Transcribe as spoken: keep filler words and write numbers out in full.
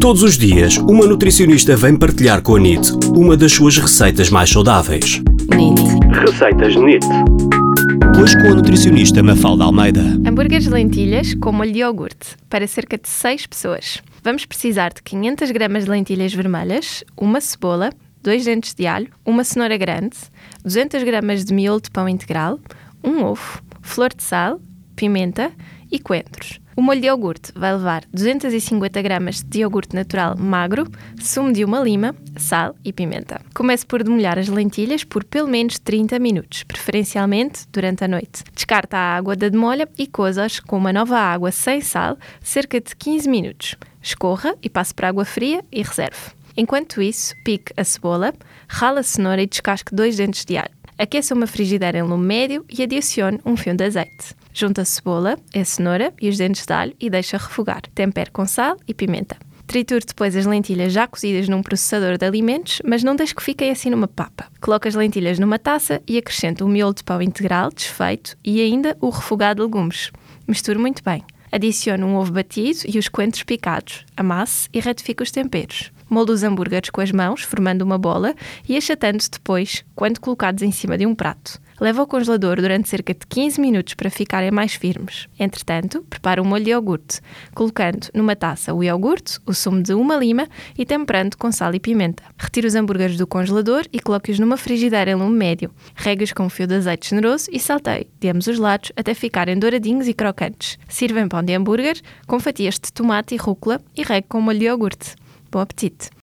Todos os dias, uma nutricionista vem partilhar com a N I T uma das suas receitas mais saudáveis. N I T. Receitas N I T. Hoje com a nutricionista Mafalda Almeida. Hambúrgueres de lentilhas com molho de iogurte, para cerca de seis pessoas. Vamos precisar de quinhentas gramas de lentilhas vermelhas, uma cebola, dois dentes de alho, uma cenoura grande, duzentas gramas de miolo de pão integral, um ovo, flor de sal, pimenta e coentros. O molho de iogurte vai levar duzentas e cinquenta gramas de iogurte natural magro, sumo de uma lima, sal e pimenta. Comece por demolhar as lentilhas por pelo menos trinta minutos, preferencialmente durante a noite. Descarta a água da demolha e coza-as com uma nova água sem sal, cerca de quinze minutos. Escorra e passe para água fria e reserve. Enquanto isso, pique a cebola, rala a cenoura e descasque dois dentes de alho. Aqueça uma frigideira em lume médio e adicione um fio de azeite. Junte a cebola, a cenoura e os dentes de alho e deixe refogar. Tempere com sal e pimenta. Triture depois as lentilhas já cozidas num processador de alimentos, mas não deixe que fiquem assim numa papa. Coloque as lentilhas numa taça e acrescente o miolo de pão integral desfeito e ainda o refogado de legumes. Misture muito bem. Adicione um ovo batido e os coentros picados. Amasse e retifique os temperos. Molde os hambúrgueres com as mãos, formando uma bola e achatando-se depois, quando colocados em cima de um prato. Leva ao congelador durante cerca de quinze minutos para ficarem mais firmes. Entretanto, prepare um molho de iogurte, colocando numa taça o iogurte, o sumo de uma lima e temperando com sal e pimenta. Retire os hambúrgueres do congelador e coloque-os numa frigideira em lume médio. Regue-os com um fio de azeite generoso e salteie de ambos os lados até ficarem douradinhos e crocantes. Sirva em pão de hambúrguer com fatias de tomate e rúcula e regue com molho de iogurte. Bom apetite!